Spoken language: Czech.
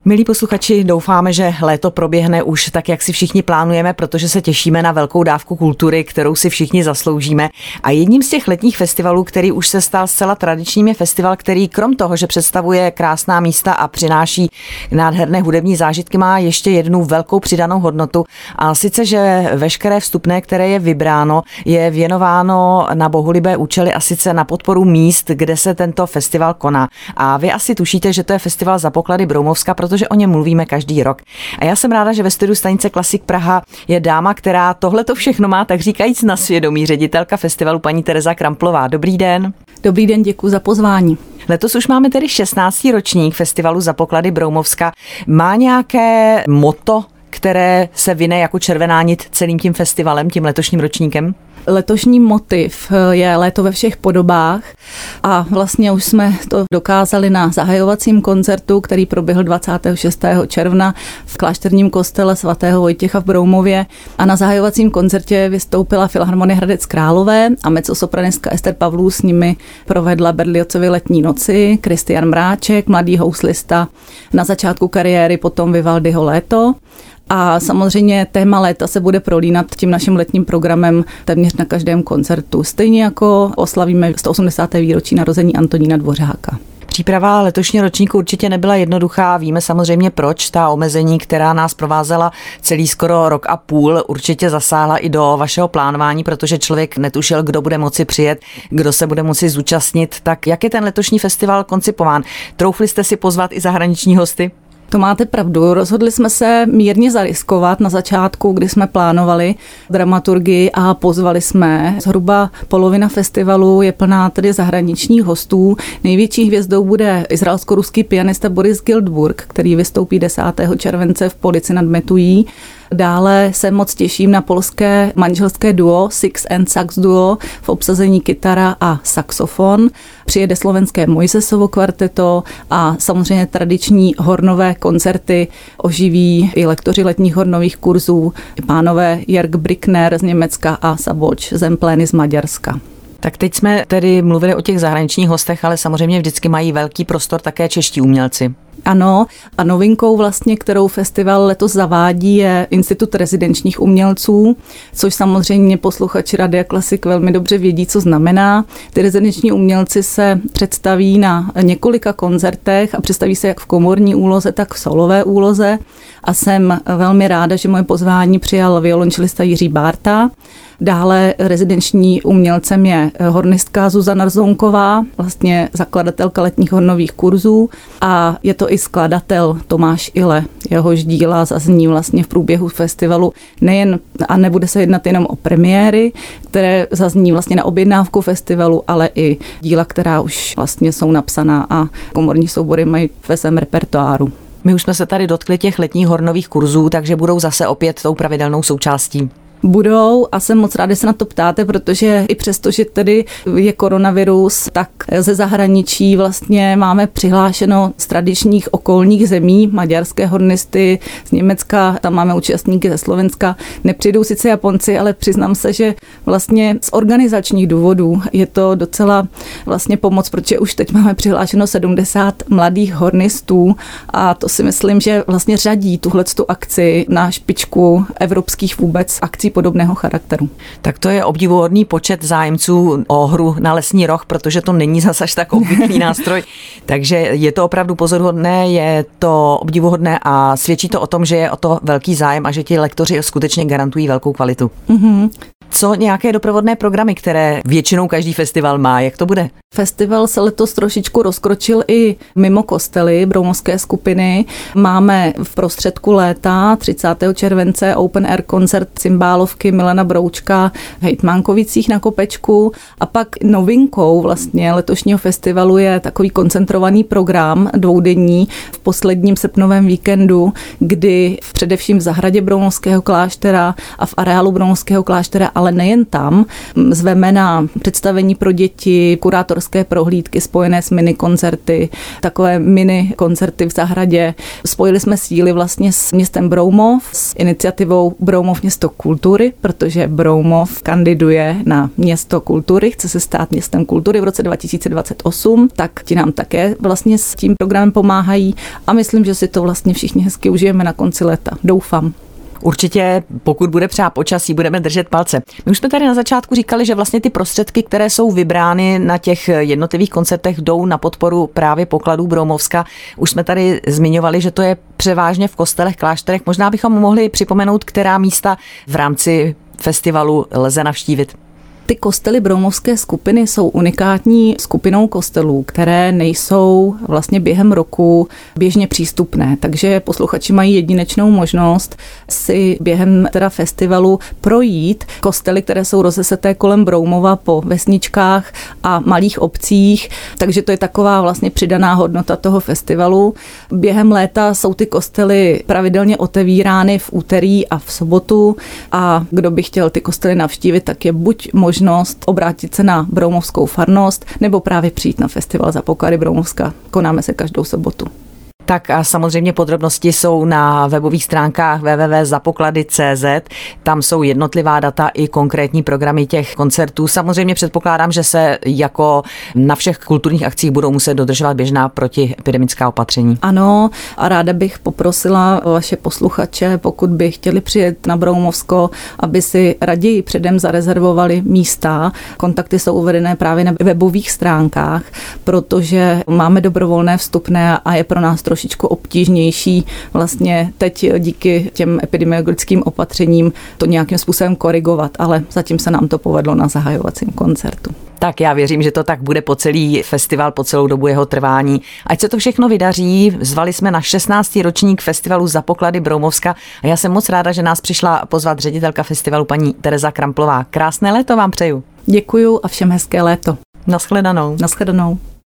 Milí posluchači, doufáme, že léto proběhne už tak, jak si všichni plánujeme, protože se těšíme na velkou dávku kultury, kterou si všichni zasloužíme. A jedním z těch letních festivalů, který už se stal zcela tradičním, je festival, který krom toho, že představuje krásná místa a přináší nádherné hudební zážitky, má ještě jednu velkou přidanou hodnotu. A sice, že veškeré vstupné, které je vybráno, je věnováno na bohulibé účely a sice na podporu míst, kde se tento festival koná. A vy asi tušíte, že to je festival Za poklady Broumovska, protože o něm mluvíme každý rok. A já jsem ráda, že ve studiu stanice Klasik Praha je dáma, která tohleto všechno má, tak říkajíc, na svědomí, ředitelka festivalu paní Tereza Kramplová. Dobrý den. Dobrý den, děkuji za pozvání. Letos už máme tedy 16. ročník festivalu Za poklady Broumovska. Má nějaké motto, které se vine jako červená nit celým tím festivalem, tím letošním ročníkem? Letošní motiv je Léto ve všech podobách a vlastně už jsme to dokázali na zahajovacím koncertu, který proběhl 26. června v klášterním kostele svatého Vojtěcha v Broumově, a na zahajovacím koncertě vystoupila Filharmonie Hradec Králové a mezzosopranistka Ester Pavlů s nimi provedla Berliozovy Letní noci, Kristian Mráček, mladý houslista na začátku kariéry, potom Vivaldiho Léto. A samozřejmě téma léta se bude prolínat tím naším letním programem téměř na každém koncertu. Stejně jako oslavíme 180. výročí narození Antonína Dvořáka. Příprava letošního ročníku určitě nebyla jednoduchá. Víme samozřejmě proč. Ta omezení, která nás provázela celý skoro rok a půl, určitě zasáhla i do vašeho plánování, protože člověk netušil, kdo bude moci přijet, kdo se bude moci zúčastnit. Tak jak je ten letošní festival koncipován? Troufli jste si pozvat i zahraniční hosty? To máte pravdu. Rozhodli jsme se mírně zariskovat na začátku, kdy jsme plánovali dramaturgii a pozvali jsme. Zhruba polovina festivalu je plná tedy zahraničních hostů. Největší hvězdou bude izraelsko-ruský pianista Boris Giltburg, který vystoupí 10. července v Polici nad Metují. Dále se moc těším na polské manželské duo Six and Sax duo v obsazení kytara a saxofon. Přijede slovenské Mojsesovo kvarteto a samozřejmě tradiční hornové koncerty oživí i lektoři letních hornových kurzů, pánové Jörg Brickner z Německa a Szabolcs Zemplény z Maďarska. Tak teď jsme tedy mluvili o těch zahraničních hostech, ale samozřejmě vždycky mají velký prostor také čeští umělci. Ano, a novinkou vlastně, kterou festival letos zavádí, je Institut rezidenčních umělců, což samozřejmě posluchači Radia Klasik velmi dobře vědí, co znamená. Ty rezidenční umělci se představí na několika koncertech a představí se jak v komorní úloze, tak v solové úloze. A jsem velmi ráda, že moje pozvání přijal violončelista Jiří Bárta. Dále rezidenční umělcem je hornistka Zuzana Rzonková, vlastně zakladatelka letních hornových kurzů, a je to i skladatel Tomáš Ile. Jehož díla zazní vlastně v průběhu festivalu nejen a nebude se jednat jenom o premiéry, které zazní vlastně na objednávku festivalu, ale i díla, která už vlastně jsou napsaná a komorní soubory mají ve svém repertoáru. My už jsme se tady dotkli těch letních hornových kurzů, takže budou zase opět tou pravidelnou součástí. Budou a jsem moc ráda, že se na to ptáte, protože i přesto, že tedy je koronavirus, tak ze zahraničí vlastně máme přihlášeno z tradičních okolních zemí, maďarské hornisty z Německa, tam máme účastníky ze Slovenska. Nepřijdou sice Japonci, ale přiznám se, že vlastně z organizačních důvodů je to docela vlastně pomoc, protože už teď máme přihlášeno 70 mladých hornistů a to si myslím, že vlastně řadí tuhletu akci na špičku evropských vůbec akcí podobného charakteru. Tak to je obdivuhodný počet zájemců o hru na lesní roh, protože to není zas až tak obvyklý nástroj. Takže je to opravdu pozoruhodné, je to obdivuhodné a svědčí to o tom, že je o to velký zájem a že ti lektoři skutečně garantují velkou kvalitu. Mm-hmm. Co nějaké doprovodné programy, které většinou každý festival má, jak to bude? Festival se letos trošičku rozkročil i mimo kostely broumovské skupiny. Máme v prostředku léta 30. července open air koncert cymbálovky Milana Broučka v Hejtmánkovicích na Kopečku a pak novinkou vlastně letošního festivalu je takový koncentrovaný program dvoudenní v posledním srpnovém víkendu, kdy především v zahradě Broumovského kláštera a v areálu Broumovského kláštera ale nejen tam. Zveme na představení pro děti, kurátorské prohlídky spojené s minikoncerty, takové minikoncerty v zahradě. Spojili jsme síly vlastně s městem Broumov, s iniciativou Broumov město kultury, protože Broumov kandiduje na město kultury, chce se stát městem kultury v roce 2028, tak ti nám také vlastně s tím programem pomáhají a myslím, že si to vlastně všichni hezky užijeme na konci léta. Doufám. Určitě, pokud bude přát počasí, budeme držet palce. My už jsme tady na začátku říkali, že vlastně ty prostředky, které jsou vybrány na těch jednotlivých koncertech, jdou na podporu právě pokladů Broumovska. Už jsme tady zmiňovali, že to je převážně v kostelech, klášterech. Možná bychom mohli připomenout, která místa v rámci festivalu lze navštívit. Ty kostely broumovské skupiny jsou unikátní skupinou kostelů, které nejsou vlastně během roku běžně přístupné, takže posluchači mají jedinečnou možnost si během festivalu projít kostely, které jsou rozeseté kolem Broumova po vesničkách a malých obcích, takže to je taková vlastně přidaná hodnota toho festivalu. Během léta jsou ty kostely pravidelně otevírány v úterý a v sobotu a kdo by chtěl ty kostely navštívit, tak je buď možnost obrátit se na Broumovskou farnost nebo právě přijít na festival Za poklady Broumovska. Konáme se každou sobotu. Tak a samozřejmě podrobnosti jsou na webových stránkách www.zapoklady.cz. Tam jsou jednotlivá data i konkrétní programy těch koncertů. Samozřejmě předpokládám, že se jako na všech kulturních akcích budou muset dodržovat běžná protiepidemická opatření. Ano, a ráda bych poprosila vaše posluchače, pokud by chtěli přijet na Broumovsko, aby si raději předem zarezervovali místa. Kontakty jsou uvedené právě na webových stránkách, protože máme dobrovolné vstupné a je pro nás trošičku obtížnější vlastně teď díky těm epidemiologickým opatřením to nějakým způsobem korigovat, ale zatím se nám to povedlo na zahajovacím koncertu. Tak já věřím, že to tak bude po celý festival, po celou dobu jeho trvání. Ať se to všechno vydaří, zvali jsme na 16. ročník festivalu Za poklady Broumovska a já jsem moc ráda, že nás přišla pozvat ředitelka festivalu paní Tereza Kramplová. Krásné léto vám přeju. Děkuju a všem hezké léto. Nashledanou. Nashledanou.